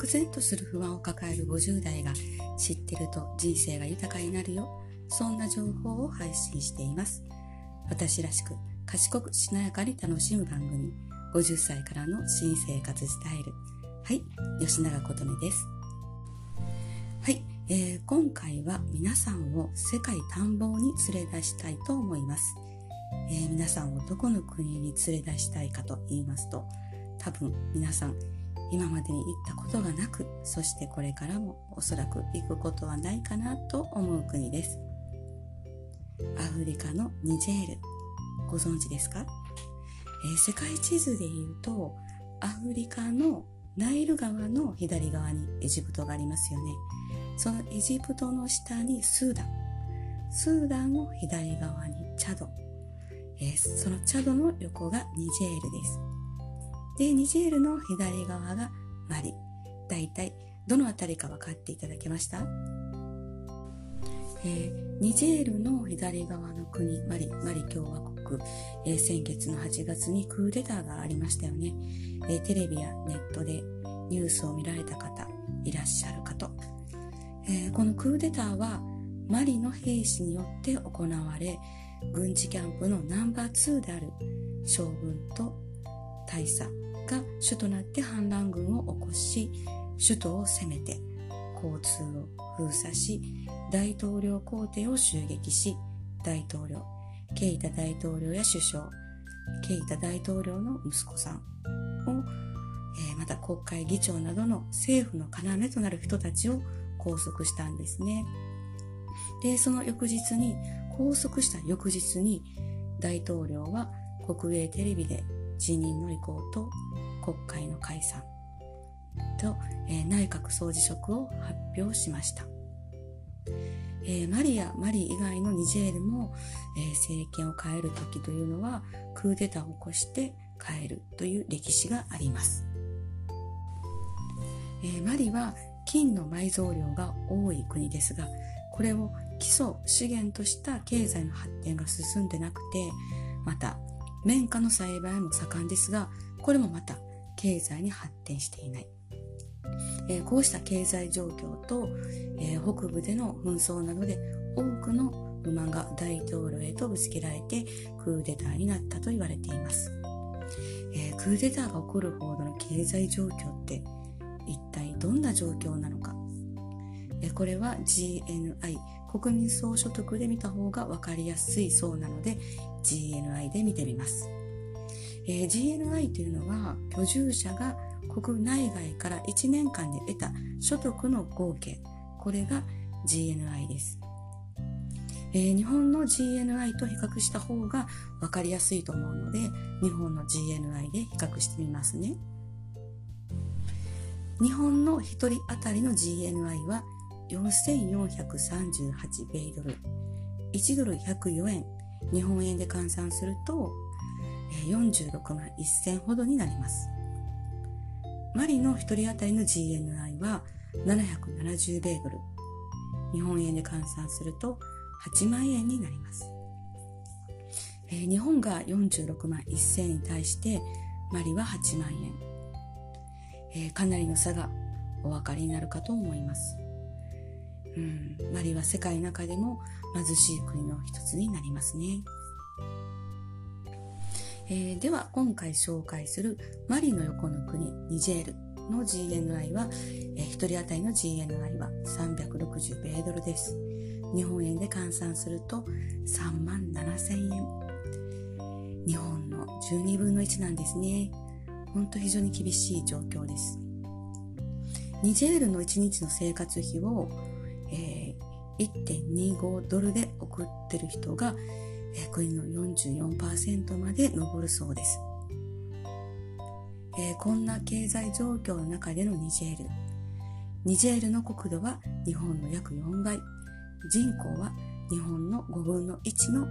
然とする不安を抱える50代が知ってると人生が豊かになるよ、そんな情報を配信しています。私らしく賢くしなやかに楽しむ番組、50歳からの新生活スタイル。はい、吉永琴音です。はい、今回は皆さんを世界探訪に連れ出したいと思います。皆さんをどこの国に連れ出したいかと言いますと、多分皆さん今までに行ったことがなく、そしてこれからもおそらく行くことはないかなと思う国です。アフリカのニジェール、ご存知ですか？世界地図でいうとアフリカのナイル川の左側にエジプトがありますよね。そのエジプトの下にスーダンの左側にチャド、そのチャドの横がニジェールです。で、ニジェールの左側がマリ。だいたいどのあたりか分かっていただけました？ニジェールの左側の国マリ共和国、先月の8月にクーデターがありましたよね。テレビやネットでニュースを見られた方いらっしゃるかと。このクーデターはマリの兵士によって行われ、軍事キャンプのナンバー2である将軍と大佐が主となって反乱軍を起こし、首都を攻めて交通を封鎖し、大統領公邸を襲撃し、ケイタ大統領や首相、ケイタ大統領の息子さんを、また国会議長などの政府の要となる人たちを拘束したんですね。で、その拘束した翌日に大統領は国営テレビで辞任の意向と国会の解散と、内閣総辞職を発表しました。マリ以外のニジェールも、政権を変える時というのはクーデターを起こして変えるという歴史があります。マリは金の埋蔵量が多い国ですが、これを基礎資源とした経済の発展が進んでなくて、また綿花の栽培も盛んですが、これもまた経済に発展していない。こうした経済状況と、北部での紛争などで多くの不満が大統領へとぶつけられてクーデターになったと言われています。クーデターが起こるほどの経済状況って一体どんな状況なのか。これは GNI 国民総所得で見た方が分かりやすいそうなので GNI で見てみます。GNI というのは居住者が国内外から1年間で得た所得の合計、これが GNI です。日本の GNI と比較した方が分かりやすいと思うので、日本の GNI で比較してみますね。日本の1人当たりの GNI は4438米ドル、1ドル104円、日本円で換算すると46万1000ほどになります。マリの1人当たりの GNI は770米ドル、日本円で換算すると8万円になります。日本が46万1000円に対してマリは8万円、かなりの差がお分かりになるかと思います。マリは世界の中でも貧しい国の一つになりますね。では今回紹介するマリの横の国ニジェールの GNI は、1人当たりの GNI は360米ドルです。日本円で換算すると3万7000円。日本の12分の1なんですね。本当非常に厳しい状況です。ニジェールの1日の生活費を、1.25 ドルで送ってる人が、国の 44% まで上るそうです。こんな経済状況の中でのニジェールの国土は日本の約4倍、人口は日本の5分の1の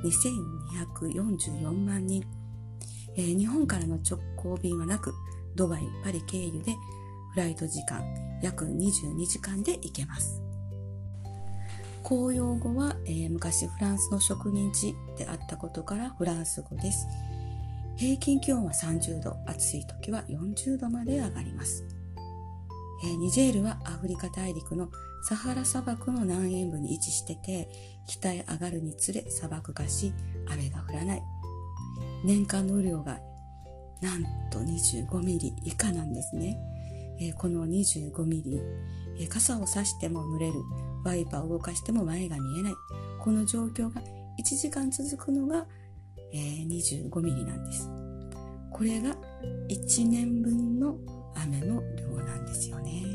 2244万人。日本からの直行便はなく、ドバイ、パリ経由でフライト時間約22時間で行けます。公用語は、昔フランスの植民地であったことからフランス語です。平均気温は30度、暑い時は40度まで上がります。 ニジェールはアフリカ大陸のサハラ砂漠の南縁部に位置してて、北へ上がるにつれ砂漠化し、雨が降らない。年間の雨量がなんと25ミリ以下なんですね。この25ミリ、傘を差しても濡れる、ワイパーを動かしても前が見えない、この状況が1時間続くのが、25ミリなんです。これが1年分の雨の量なんですよね。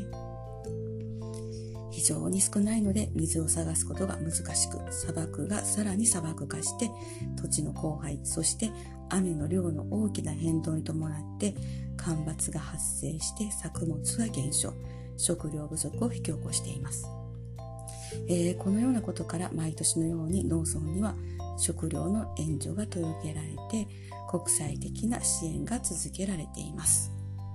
非常に少ないので水を探すことが難しく、砂漠がさらに砂漠化して土地の荒廃、そして雨の量の大きな変動に伴って干ばつが発生して作物が減少、食料不足を引き起こしています。このようなことから毎年のように農村には食料の援助が届けられて、国際的な支援が続けられています。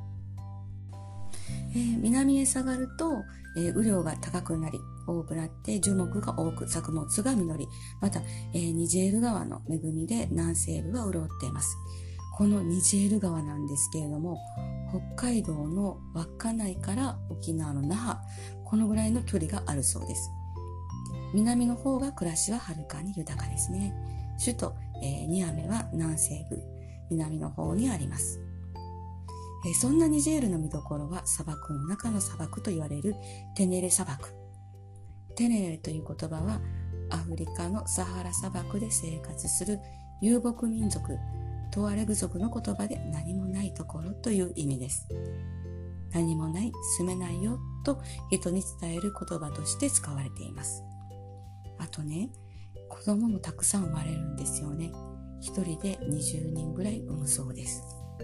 南へ下がると、雨量が高くなり多くなって樹木が多く作物が実り、また、ニジェール川の恵みで南西部は潤っています。このニジェール川なんですけれども、北海道の稚内から沖縄の那覇、このぐらいの距離があるそうです。南の方が暮らしははるかに豊かですね。首都、ニアメは南西部、南の方にあります。そんなニジェールの見どころは砂漠の中の砂漠と言われるテネレ砂漠。テネレという言葉はアフリカのサハラ砂漠で生活する遊牧民族トアレグ族の言葉で何もないところという意味です。何もない、住めないよと人に伝える言葉として使われています。あとね、子供もたくさん生まれるんですよね。一人で20人ぐらい産むそうです。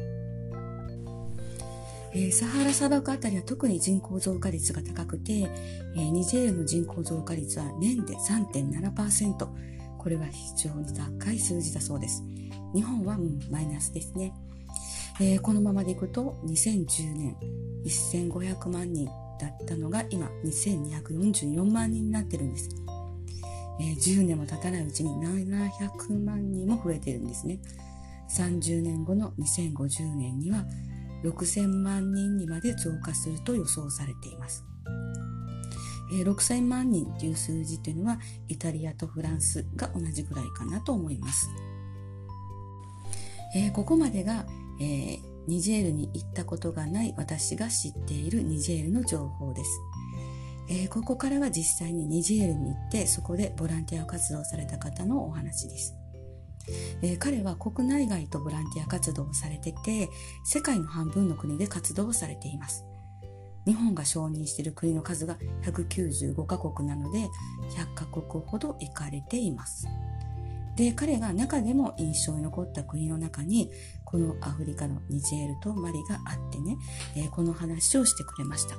サハラ砂漠あたりは特に人口増加率が高くて、ニジェールの人口増加率は年で 3.7%。これは非常に高い数字だそうです。日本はマイナスですね。このままでいくと2010年1500万人だったのが今2244万人になってるんです。10年も経たないうちに700万人も増えてるんですね。30年後の2050年には6000万人にまで増加すると予想されています。6000万人という数字というのはイタリアとフランスが同じぐらいかなと思います。ここまでが、ニジェールに行ったことがない私が知っているニジェールの情報です。ここからは実際にニジェールに行ってそこでボランティア活動をされた方のお話です。彼は国内外とボランティア活動をされてて、世界の半分の国で活動をされています。日本が承認している国の数が195カ国なので100カ国ほど行かれています。で、彼が中でも印象に残った国の中にこのアフリカのニジェールとマリがあってね、この話をしてくれました。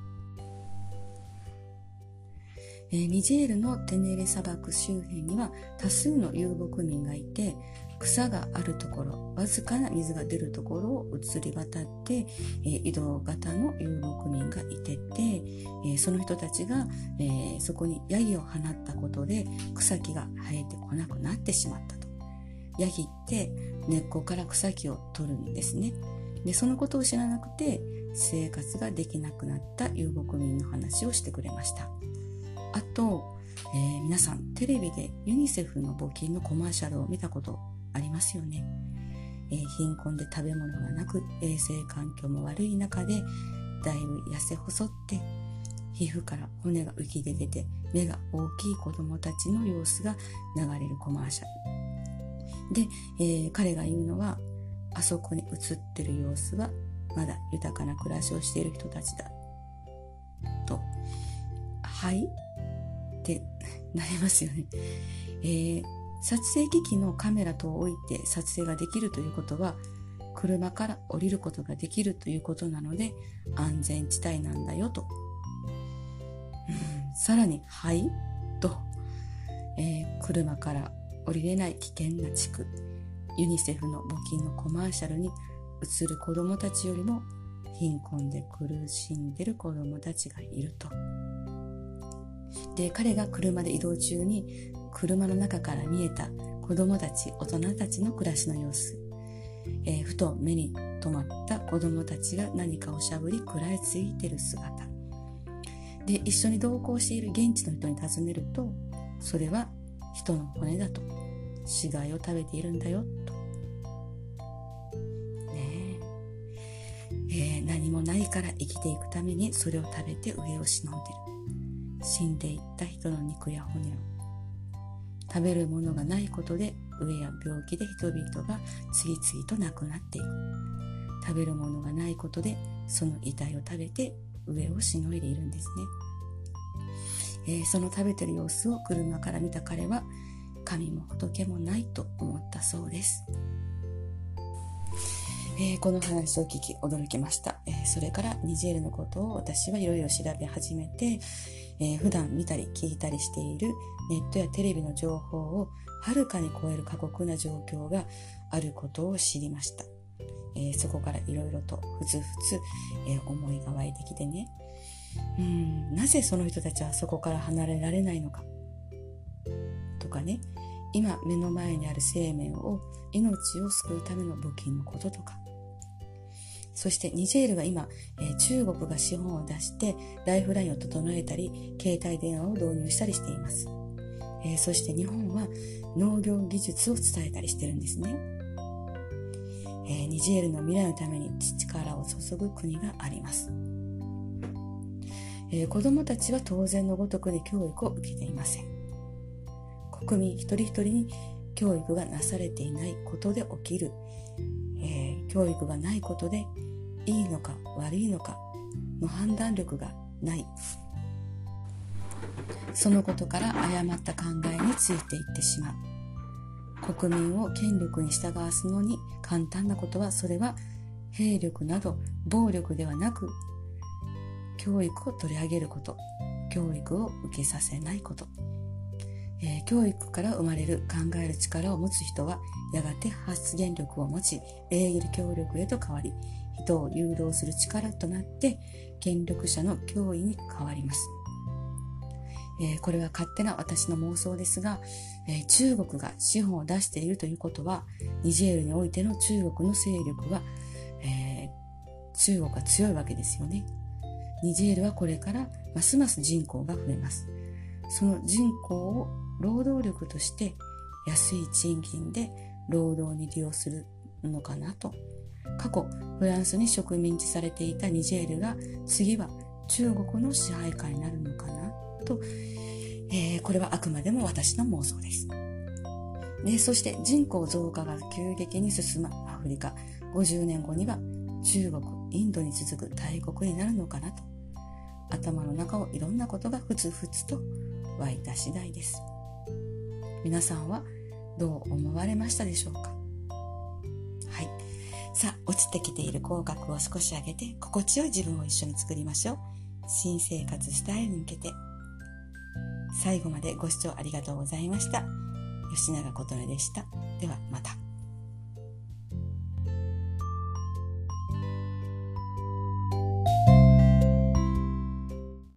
ニジェールのテネレ砂漠周辺には多数の遊牧民がいて、草があるところ、わずかな水が出るところを移り渡って移動型の遊牧民がいてて、その人たちがそこにヤギを放ったことで草木が生えてこなくなってしまったと。ヤギって根っこから草木を取るんですね。で、そのことを知らなくて生活ができなくなった遊牧民の話をしてくれました。あと、皆さんテレビでユニセフの募金のコマーシャルを見たことありますよね。貧困で食べ物がなく衛生環境も悪い中でだいぶ痩せ細って皮膚から骨が浮き出てて目が大きい子供たちの様子が流れるコマーシャルで、彼が言うのはあそこに映ってる様子はまだ豊かな暮らしをしている人たちだと。はいってなりますよね。撮影機器のカメラ等を置いて撮影ができるということは車から降りることができるということなので安全地帯なんだよと、さらにはいと、車から降りれない危険な地区、ユニセフの募金のコマーシャルに映る子どもたちよりも貧困で苦しんでいる子どもたちがいると。で、彼が車で移動中に車の中から見えた子供たち、大人たちの暮らしの様子。 ふと目に留まった子供たちが何かをしゃぶり食らいついている姿で、一緒に同行している現地の人に尋ねると、それは人の骨だと、死骸を食べているんだよと、何もないから生きていくためにそれを食べて上を忍んでる。死んでいった人の肉や骨を食べるものがないことで、飢えや病気で人々が次々と亡くなっていく。食べるものがないことで、その遺体を食べて上をしのいでいるんですね。その食べてる様子を車から見た彼は、神も仏もないと思ったそうです。この話を聞き驚きました。それからニジェールのことを私はいろいろ調べ始めて、普段見たり聞いたりしているネットやテレビの情報をはるかに超える過酷な状況があることを知りました。そこからいろいろとふつふつ、思いが湧いてきてね、なぜその人たちはそこから離れられないのかとかね、今目の前にある生命を、命を救うための武器のこととか、そしてニジェールは今、中国が資本を出してライフラインを整えたり、携帯電話を導入したりしています。そして日本は農業技術を伝えたりしてるんですね。ニジェールの未来のために力を注ぐ国があります。子どもたちは当然のごとくに教育を受けていません。国民一人一人に教育がなされていないことで起きる、教育がないことでいいのか悪いのかの判断力がない。そのことから誤った考えについていってしまう。国民を権力に従わすのに簡単なことは、それは兵力など暴力ではなく、教育を取り上げること、教育を受けさせないこと。教育から生まれる考える力を持つ人は、やがて発言力を持ち、営業力へと変わり、人を誘導する力となって権力者の脅威に変わります。これは勝手な私の妄想ですが、中国が資本を出しているということは、ニジェールにおいての中国の勢力は、中国が強いわけですよね。ニジェールはこれからますます人口が増えます。その人口を労働力として安い賃金で労働に利用するのかなと。過去フランスに植民地されていたニジェールが次は中国の支配下になるのかなと、これはあくまでも私の妄想です。そして人口増加が急激に進むアフリカ、50年後には中国、インドに続く大国になるのかなと、頭の中をいろんなことがふつふつと湧いた次第です。皆さんはどう思われましたでしょうか？はい。さあ、落ちてきている口角を少し上げて、心地よい自分を一緒に作りましょう。新生活スタイルに向けて。最後までご視聴ありがとうございました。吉永琴音でした。ではまた。